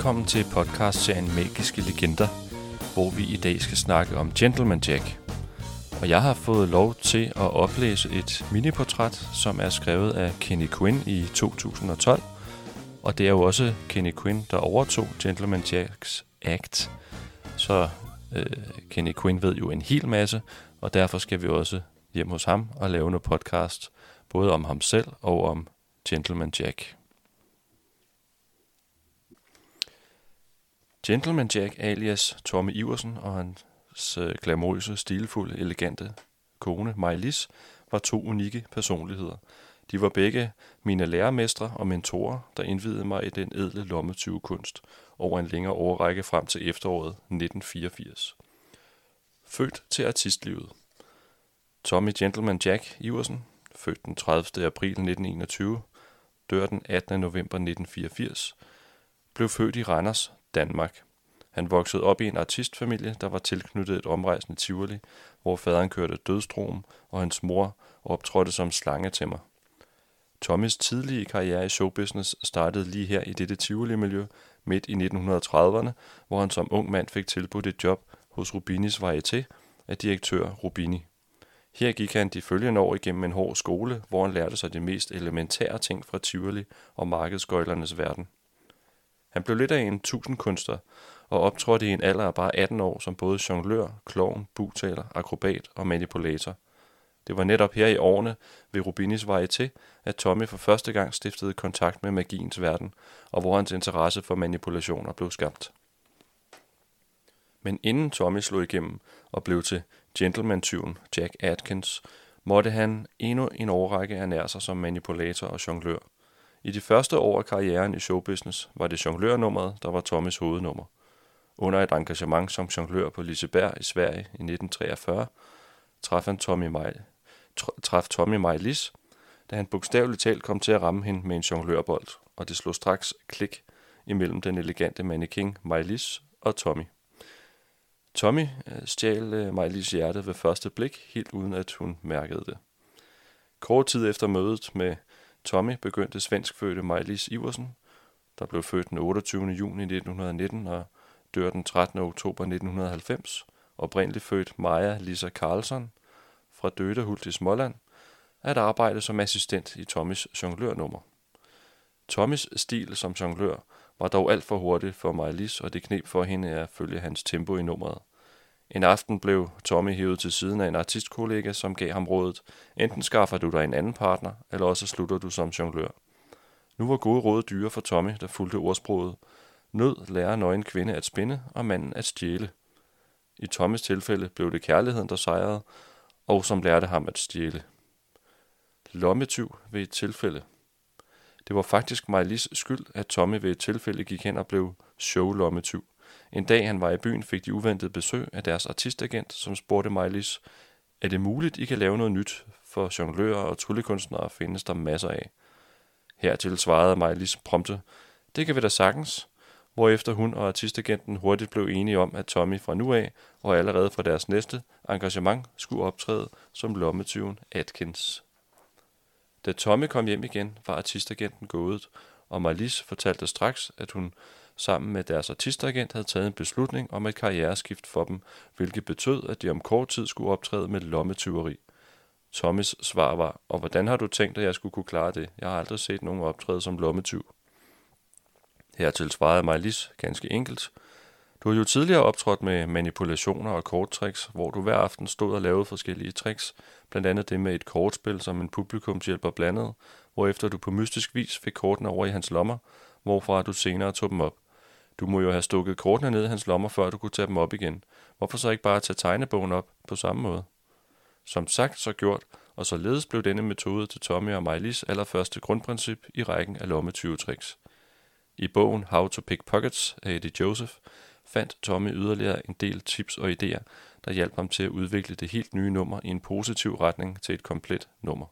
Velkommen til podcastserien Magiske Legender, hvor vi i dag skal snakke om Gentleman Jack. Og jeg har fået lov til at oplæse et miniportræt, som er skrevet af Kenny Quinn i 2012. Og det er jo også Kenny Quinn, der overtog Gentleman Jacks act. Så Kenny Quinn ved jo en hel masse, og derfor skal vi også hjem hos ham og lave noget podcast, både om ham selv og om Gentleman Jack. Gentleman Jack alias Tommy Iversen og hans glamourøse, stilfulde, elegante kone Maj-Lis var to unikke personligheder. De var begge mine lærermestre og mentorer, der indvidede mig i den ædle lommetyvekunst over en længere årrække frem til efteråret 1984. Født til artistlivet. Tommy Gentleman Jack Iversen, født den 30. april 1921, dør den 18. november 1984, blev født i Randers, Danmark. Han voksede op i en artistfamilie, der var tilknyttet et omrejsende Tivoli, hvor faderen kørte dødstrom, og hans mor optrådte som slangetæmmer. Tommys tidlige karriere i showbusiness startede lige her i dette Tivoli-miljø midt i 1930'erne, hvor han som ung mand fik tilbudt et job hos Rubinis Varieté af direktør Rubini. Her gik han de følgende år igennem en hård skole, hvor han lærte sig de mest elementære ting fra Tivoli og markedsgøjlernes verden. Han blev lidt af en tusindkunstner og optrådte i en alder af bare 18 år som både jonglør, klovn, bugtaler, akrobat og manipulator. Det var netop her i årene ved Rubinis Varieté, at Tommy for første gang stiftede kontakt med magiens verden, og hvor hans interesse for manipulationer blev skabt. Men inden Tommy slog igennem og blev til gentleman-tyven Jack Atkins, måtte han endnu en årrække ernære sig som manipulator og jonglør. I de første år af karrieren i showbusiness var det jonglørnummeret, der var Tommys hovednummer. Under et engagement som jonglør på Liseberg i Sverige i 1943, traf Tommy Maj-Lis, da han bogstaveligt talt kom til at ramme hende med en jonglørbold, og det slog straks klik imellem den elegante mannequin Maj-Lis og Tommy. Tommy stjal Maj-Lis hjerte ved første blik, helt uden at hun mærkede det. Kort tid efter mødet med Tommy begyndte svenskfødte Maj-Lis Iversen, der blev født den 28. juni 1919 og dør den 13. oktober 1990, oprindeligt født Maja Lisa Karlsson fra Dødehult i Småland, at arbejde som assistent i Tommys jonglørnummer. Tommys stil som jonglør var dog alt for hurtigt for Maj-Lis, og det kneb for hende at følge hans tempo i nummeret. En aften blev Tommy hævet til siden af en artistkollega, som gav ham rådet: enten skaffer du dig en anden partner, eller også slutter du som jonglør. Nu var gode råd dyre for Tommy, der fulgte ordsproget: nød lærer nøgen kvinde at spinde, og manden at stjæle. I Tommys tilfælde blev det kærligheden, der sejrede, og som lærte ham at stjæle. Lommetyv ved et tilfælde. Det var faktisk Maj-Lis skyld, at Tommy ved et tilfælde gik hen og blev show-lommetyv. En dag han var i byen, fik de uventet besøg af deres artistagent, som spurgte Maj-Lis: er det muligt, I kan lave noget nyt? For jonglører og tryllekunstnere findes der masser af. Hertil svarede Maj-Lis prompte: det kan vi da sagtens. Hvorefter hun og artistagenten hurtigt blev enige om, at Tommy fra nu af og allerede fra deres næste engagement skulle optræde som lommetyven Atkins. Da Tommy kom hjem igen, var artistagenten gået, og Maj-Lis fortalte straks, at hun sammen med deres artistagent havde taget en beslutning om et karriereskift for dem, hvilket betød, at de om kort tid skulle optræde med lommetyveri. Tommys svar var: og hvordan har du tænkt, at jeg skulle kunne klare det? Jeg har aldrig set nogen optræde som lommetyv. Hertil svarede Maj-Lis ganske enkelt: du har jo tidligere optrådt med manipulationer og korttricks, hvor du hver aften stod og lavede forskellige tricks, blandt andet det med et kortspil, som en publikumshjælper blandede, hvorefter du på mystisk vis fik kortene over i hans lommer, hvorfra du senere tog dem op. Du må jo have stukket kortene ned i hans lommer, før du kunne tage dem op igen. Hvorfor så ikke bare tage tegnebogen op på samme måde? Som sagt, så gjort, og således blev denne metode til Tommy og Maj-Lis allerførste grundprincip i rækken af lommetyvetricks. I bogen How to Pick Pockets af Eddie Joseph fandt Tommy yderligere en del tips og idéer, der hjalp ham til at udvikle det helt nye nummer i en positiv retning til et komplet nummer.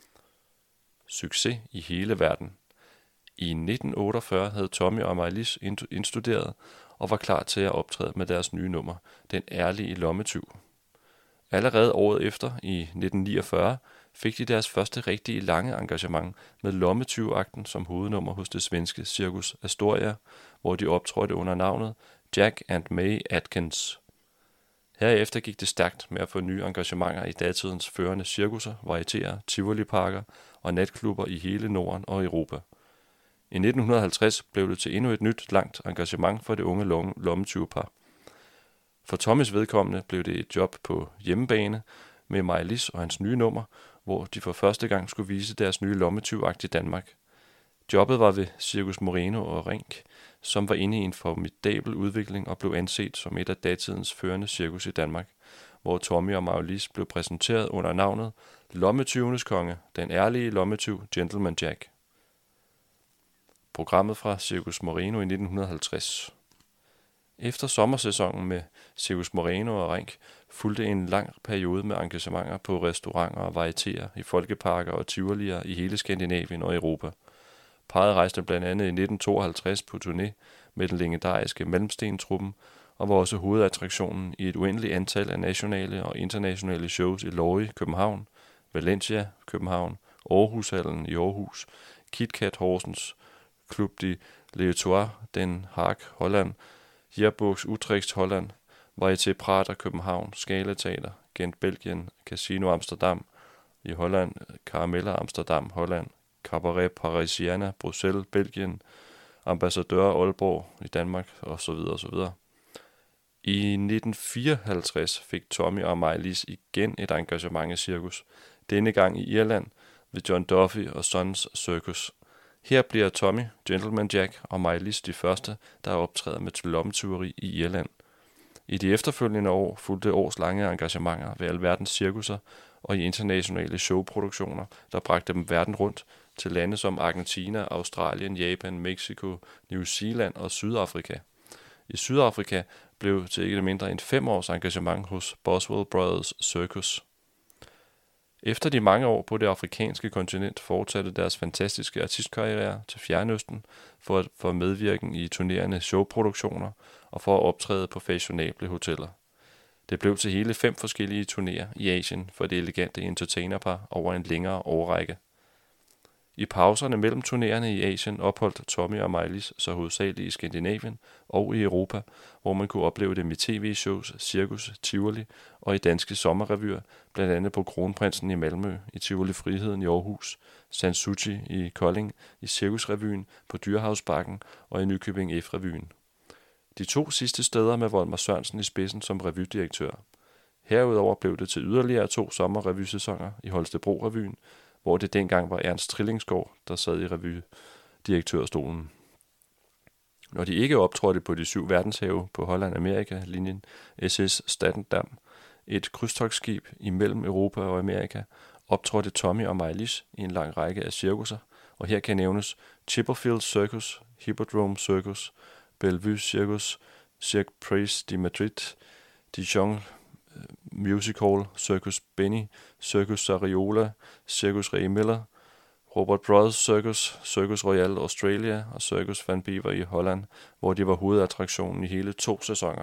Succes i hele verden. I 1948 havde Tommy og Maj-Lis indstuderet og var klar til at optræde med deres nye nummer, Den ærlige lommetyv. Allerede året efter, i 1949, fik de deres første rigtige lange engagement med Lommetyvagten som hovednummer hos det svenske Cirkus Astoria, hvor de optrådte under navnet Jack and May Atkins. Herefter gik det stærkt med at få nye engagementer i datidens førende cirkusser, varietéer, tivoliparker og natklubber i hele Norden og Europa. I 1950 blev det til endnu et nyt langt engagement for det unge lommetyvepar. For Tommys vedkommende blev det et job på hjemmebane med Maj-Lis og hans nye nummer, hvor de for første gang skulle vise deres nye lommetyvagt i Danmark. Jobbet var ved Cirkus Moreno og Rink, som var inde i en formidabel udvikling og blev anset som et af datidens førende cirkus i Danmark, hvor Tommy og Maj-Lis blev præsenteret under navnet Lommetyvenes konge, den ærlige lommetyv Gentleman Jack. Programmet fra Cirkus Moreno i 1950. Efter sommersæsonen med Cirkus Moreno og Rink fulgte en lang periode med engagementer på restauranter og varietéer i folkeparker og tivolier i hele Skandinavien og Europa. Parret rejste blandt andet i 1952 på turné med den legendariske Malmsten-truppen og var også hovedattraktionen i et uendeligt antal af nationale og internationale shows i Lorry, København, Valencia, København, Aarhushallen i Aarhus, KitKat Horsens, Club de Leeuwarden, Den Haag, Holland, Jerbox Utrecht, Holland, Varieté Prater, København, Scala Teater, Gent, Belgien, Casino Amsterdam i Holland, Caramella Amsterdam, Holland, Cabaret Parisiana, Bruxelles, Belgien, Ambassadør Aalborg i Danmark osv. osv. I 1954 fik Tommy og Maj-Lis igen et engagement i cirkus, denne gang i Irland ved John Duffy og Sons Circus. Her bliver Tommy, Gentleman Jack og Maj-Lis de første, der optræder med lommetyveri i Irland. I de efterfølgende år fulgte årslange engagementer ved alverdens cirkusser og i internationale showproduktioner, der bragte dem verden rundt til lande som Argentina, Australien, Japan, Mexico, New Zealand og Sydafrika. I Sydafrika blev til ikke mindre end 5 års engagement hos Boswell Brothers Circus. Efter de mange år på det afrikanske kontinent fortsatte deres fantastiske artistkarriere til Fjernøsten for at få medvirken i turnerende showproduktioner og for at optræde på fashionable hoteller. Det blev til hele 5 forskellige turnéer i Asien for det elegante entertainerpar over en længere årrække. I pauserne mellem turnéerne i Asien opholdt Tommy og Maj-Lis sig hovedsageligt i Skandinavien og i Europa, hvor man kunne opleve dem i tv-shows, cirkus, tivoli og i danske sommerrevyer, blandt andet på Kronprinsen i Malmø, i Tivoli Friheden i Aarhus, Sanssouci i Kolding, i Cirkusrevyen på Dyrehavsbakken og i Nykøbing F-revyen. De 2 sidste steder med Volmar Sørensen i spidsen som revydirektør. Herudover blev det til yderligere 2 sommerrevysæsoner i Holstebro-revyen, hvor det dengang var Ernst Trillingsgaard, der sad i revydirektørstolen. Når de ikke optrådte på de 7 verdenshave på Holland-Amerika-linjen SS Statendam, et krydstogtskib imellem Europa og Amerika, optrådte Tommy og Maj-Lis i en lang række af cirkusser, og her kan nævnes Chipperfield Circus, Hippodrome Circus, Bellevue Circus, Cirque Price de Madrid, Dijon Music Hall, Circus Benny, Circus Sariola, Circus Ray Miller, Robert Brothers Circus, Circus Royal Australia og Circus Van Bever i Holland, hvor de var hovedattraktionen i hele 2 sæsoner.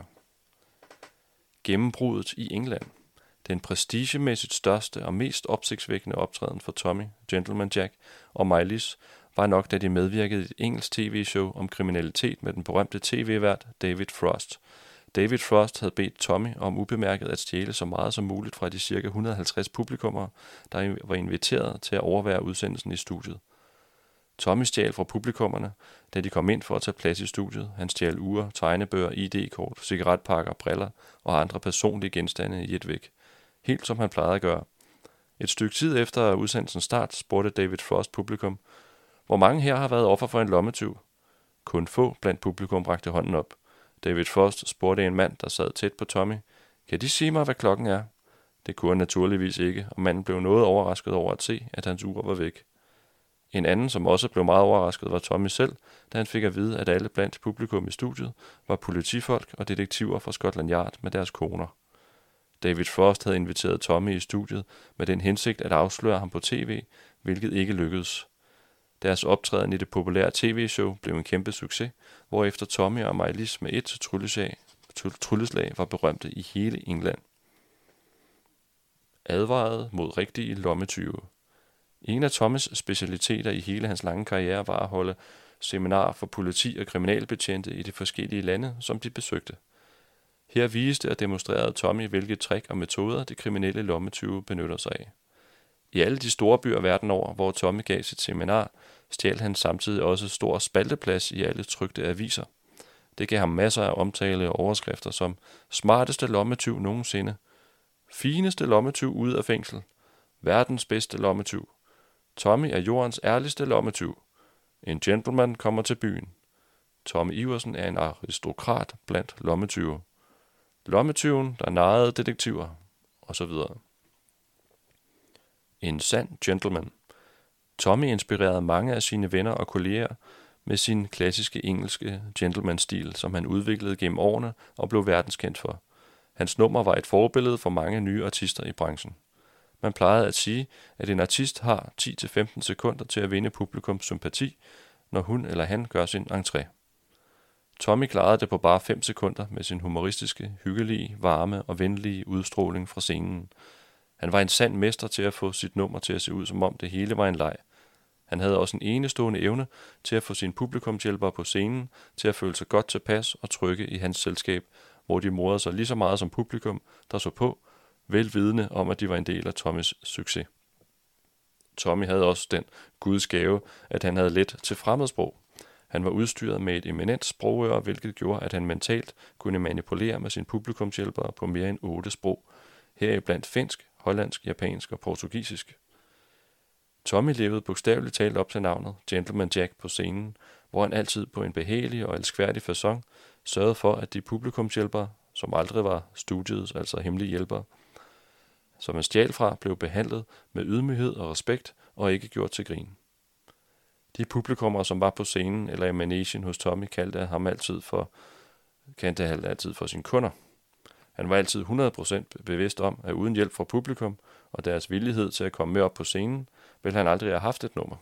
Gennembruddet i England. Den prestigemæssigt største og mest opsigtsvækkende optræden for Tommy, Gentleman Jack og Maj-Lis var nok, da de medvirkede i et engelsk tv-show om kriminalitet med den berømte tv-vært David Frost. David Frost havde bedt Tommy om ubemærket at stjæle så meget som muligt fra de ca. 150 publikummere, der var inviteret til at overvære udsendelsen i studiet. Tommy stjal fra publikummerne, da de kom ind for at tage plads i studiet. Han stjal ure, tegnebøger, ID-kort, cigaretpakker, briller og andre personlige genstande i et væk. Helt som han plejede at gøre. Et stykke tid efter udsendelsens start spurgte David Frost publikum, hvor mange her har været offer for en lommetyv? Kun få blandt publikum bragte hånden op. David Frost spurgte en mand, der sad tæt på Tommy, kan de sige mig, hvad klokken er? Det kunne han naturligvis ikke, og manden blev noget overrasket over at se, at hans ur var væk. En anden, som også blev meget overrasket, var Tommy selv, da han fik at vide, at alle blandt publikum i studiet var politifolk og detektiver fra Scotland Yard med deres koner. David Frost havde inviteret Tommy i studiet med den hensigt at afsløre ham på tv, hvilket ikke lykkedes. Deres optræden i det populære tv-show blev en kæmpe succes, hvorefter Tommy og Maj-Lis med et trylleslag var berømte i hele England. advarede mod rigtige lommetyve. En af Tommys specialiteter i hele hans lange karriere var at holde seminarer for politi og kriminalbetjente i de forskellige lande, som de besøgte. Her viste og demonstrerede Tommy, hvilke trick og metoder de kriminelle lommetyve benytter sig af. I alle de store byer verden over, hvor Tommy gav sit seminar, stjal han samtidig også stor spalteplads i alle trykte aviser. Det gav ham masser af omtale og overskrifter som smarteste lommetyv nogensinde, fineste lommetyv ude af fængsel, verdens bedste lommetyv, Tommy er jordens ærligste lommetyv, en gentleman kommer til byen, Tommy Iversen er en aristokrat blandt lommetyve, lommetyven, der narrede detektiver, osv. En sand gentleman. Tommy inspirerede mange af sine venner og kolleger med sin klassiske engelske gentleman-stil, som han udviklede gennem årene og blev verdenskendt for. Hans nummer var et forbillede for mange nye artister i branchen. Man plejede at sige, at en artist har 10-15 sekunder til at vinde publikums sympati, når hun eller han gør sin entré. Tommy klarede det på bare 5 sekunder med sin humoristiske, hyggelige, varme og venlige udstråling fra scenen. Han var en sand mester til at få sit nummer til at se ud, som om det hele var en leg. Han havde også en enestående evne til at få sine publikumshjælpere på scenen til at føle sig godt tilpas og trygge i hans selskab, hvor de morede sig lige så meget som publikum, der så på, velvidende om, at de var en del af Tommys succes. Tommy havde også den guds gave, at han havde let til fremmedsprog. Han var udstyret med et eminent sprogøre, hvilket gjorde, at han mentalt kunne manipulere med sine publikumshjælpere på mere end 8 sprog, heriblandt finsk, hollandsk, japansk og portugisisk. Tommy levede bogstaveligt talt op til navnet Gentleman Jack på scenen, hvor han altid på en behagelig og elskværdig facon sørgede for, at de publikumshjælpere, som aldrig var studiets, altså hemmelige hjælpere, som han stjal fra, blev behandlet med ydmyghed og respekt og ikke gjort til grin. De publikummere, som var på scenen eller i managen hos Tommy, kaldte han altid for sine kunder. Han var altid 100% bevidst om, at uden hjælp fra publikum og deres villighed til at komme med op på scenen, ville han aldrig have haft et nummer.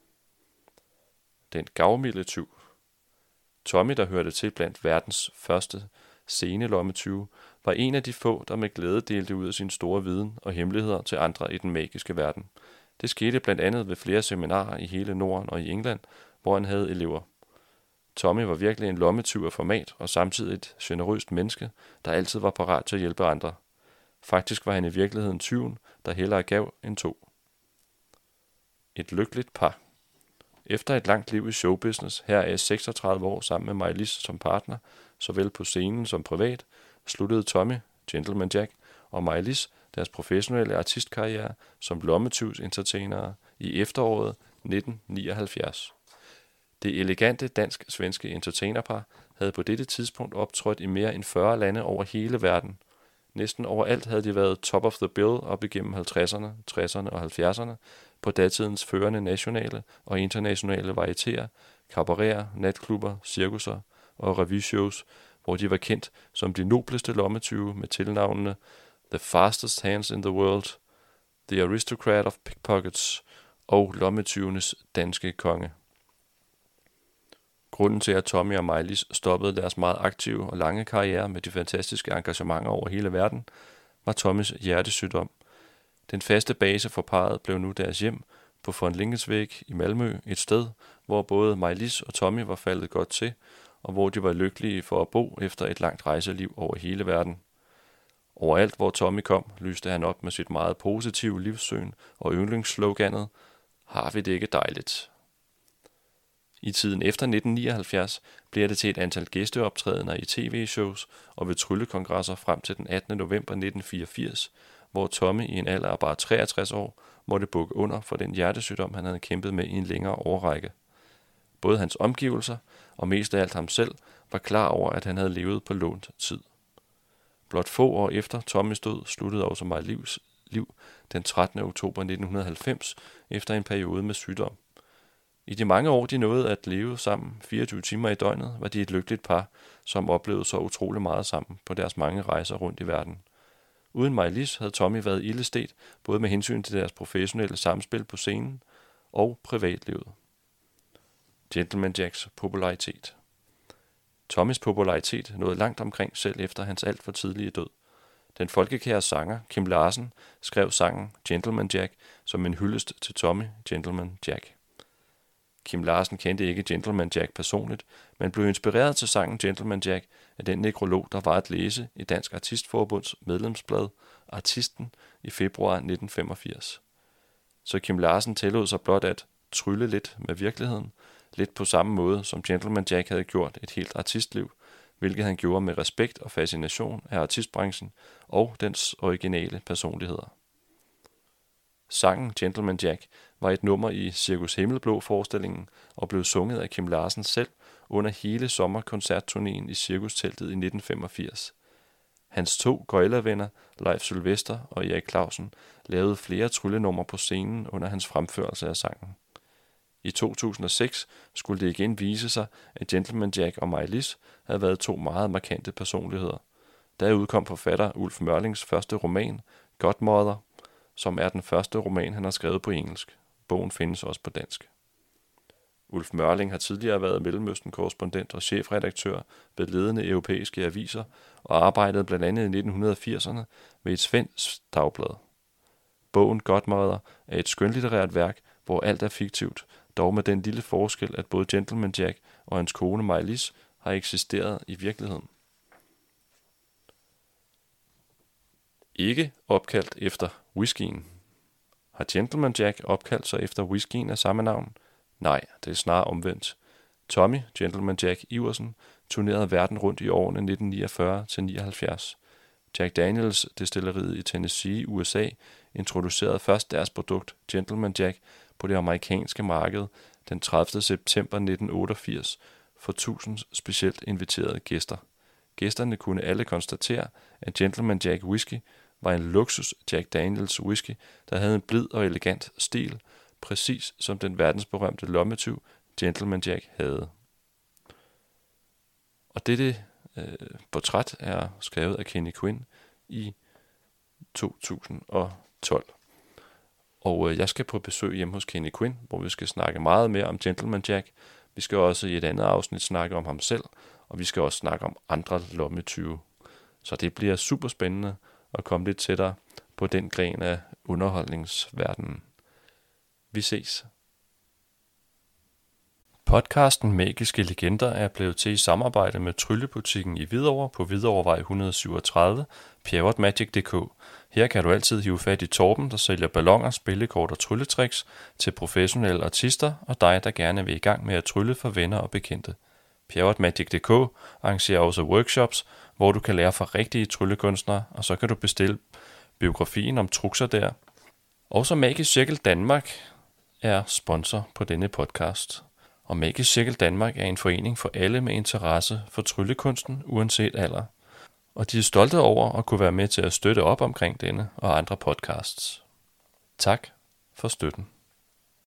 Den gavmilde tyv. Tommy, der hørte til blandt verdens første scenelommetyve, var en af de få, der med glæde delte ud af sin store viden og hemmeligheder til andre i den magiske verden. Det skete blandt andet ved flere seminarer i hele Norden og i England, hvor han havde elever. Tommy var virkelig en lommetyv af format og samtidig et generøst menneske, der altid var parat til at hjælpe andre. Faktisk var han i virkeligheden tyven, der hellere gav end tog. Et lykkeligt par. Efter et langt liv i showbusiness, heraf 36 år sammen med Maj-Lis som partner, såvel på scenen som privat, sluttede Tommy, Gentleman Jack, og Maj-Lis deres professionelle artistkarriere som lommetyvsentertainere i efteråret 1979. Det elegante dansk-svenske entertainerpar havde på dette tidspunkt optrådt i mere end 40 lande over hele verden. Næsten overalt havde de været top of the bill op igennem 50'erne, 60'erne og 70'erne på datidens førende nationale og internationale varietéer, cabareter, natklubber, cirkusser og revyshows, hvor de var kendt som de nobleste lommetyve med tilnavnene The Fastest Hands in the World, The Aristocrat of Pickpockets og lommetyvenes danske konge. Grunden til, at Tommy og Maj-Lis stoppede deres meget aktive og lange karriere med de fantastiske engagementer over hele verden, var Tommys hjertesygdom. Den faste base for parret blev nu deres hjem på von Lingensweg i Malmø, et sted, hvor både Maj-Lis og Tommy var faldet godt til, og hvor de var lykkelige for at bo efter et langt rejseliv over hele verden. Overalt, hvor Tommy kom, lyste han op med sit meget positive livssyn og yndlingssloganet, har vi det ikke dejligt? I tiden efter 1979 bliver det til et antal gæsteoptrædener i tv-shows og ved tryllekongresser frem til den 18. november 1984, hvor Tommy i en alder af bare 63 år måtte bukke under for den hjertesygdom, han havde kæmpet med i en længere årrække. Både hans omgivelser og mest af alt ham selv var klar over, at han havde levet på lånt tid. Blot få år efter Tommys død sluttede også Maj-Lis liv den 13. oktober 1990 efter en periode med sygdom. I de mange år, de nåede at leve sammen 24 timer i døgnet, var de et lykkeligt par, som oplevede så utrolig meget sammen på deres mange rejser rundt i verden. Uden Maj-Lis havde Tommy været ildestet, både med hensyn til deres professionelle samspil på scenen og privatlivet. Gentleman Jacks popularitet. Tommys popularitet nåede langt omkring selv efter hans alt for tidlige død. Den folkekære sanger Kim Larsen skrev sangen Gentleman Jack som en hyldest til Tommy Gentleman Jack. Kim Larsen kendte ikke Gentleman Jack personligt, men blev inspireret til sangen Gentleman Jack af den nekrolog, der var at læse i Dansk Artistforbunds medlemsblad Artisten i februar 1985. Så Kim Larsen tillod sig blot at trylle lidt med virkeligheden, lidt på samme måde som Gentleman Jack havde gjort et helt artistliv, hvilket han gjorde med respekt og fascination af artistbranchen og dens originale personligheder. Sangen Gentleman Jack var et nummer i Cirkus Himmelblå-forestillingen og blev sunget af Kim Larsen selv under hele sommerkoncertturnéen i Cirkusteltet i 1985. Hans 2 gøjlervenner, Leif Sylvester og Erik Clausen, lavede flere tryllenumre på scenen under hans fremførelse af sangen. I 2006 skulle det igen vise sig, at Gentleman Jack og Maj-Lis havde været 2 meget markante personligheder. Der udkom forfatter Ulf Mørlings første roman, Godmother, som er den første roman, han har skrevet på engelsk. Bogen findes også på dansk. Ulf Mørling har tidligere været Mellemøsten-korrespondent og chefredaktør ved ledende europæiske aviser og arbejdede blandt andet i 1980'erne ved et svensk dagblad. Bogen Godmother er et skønlitterært værk, hvor alt er fiktivt, dog med den lille forskel, at både Gentleman Jack og hans kone Maj-Lis har eksisteret i virkeligheden. Ikke opkaldt efter whiskyen. Har Gentleman Jack opkaldt sig efter whiskyen af samme navn? Nej, det er snarere omvendt. Tommy Gentleman Jack Iversen turnerede verden rundt i årene 1949-79. Jack Daniels destilleriet i Tennessee, USA, introducerede først deres produkt Gentleman Jack på det amerikanske marked den 30. september 1988 for 1000 specielt inviterede gæster. Gæsterne kunne alle konstatere, at Gentleman Jack Whisky var en luksus Jack Daniels whisky, der havde en blid og elegant stil, præcis som den verdensberømte lommetyv Gentleman Jack havde. Og dette portræt er skrevet af Kenny Quinn i 2012. Og jeg skal på besøg hjemme hos Kenny Quinn, hvor vi skal snakke meget mere om Gentleman Jack. Vi skal også i et andet afsnit snakke om ham selv, og vi skal også snakke om andre lommetyve. Så det bliver super spændende at komme lidt tættere på den gren af underholdningsverdenen. Vi ses. Podcasten Magiske Legender er blevet til i samarbejde med Tryllebutikken i Hvidovre på Hvidovrevej 137, pjerrotmagic.dk. Her kan du altid hive fat i Torben, der sælger balloner, spillekort og trylletricks til professionelle artister og dig, der gerne vil i gang med at trylle for venner og bekendte. pjerrotmagic.dk arrangerer også workshops, hvor du kan lære fra rigtige tryllekunstnere, og så kan du bestille biografien om trukser der. Også Magisk Cirkel Danmark er sponsor på denne podcast. Og Magisk Cirkel Danmark er en forening for alle med interesse for tryllekunsten, uanset alder. Og de er stolte over at kunne være med til at støtte op omkring denne og andre podcasts. Tak for støtten.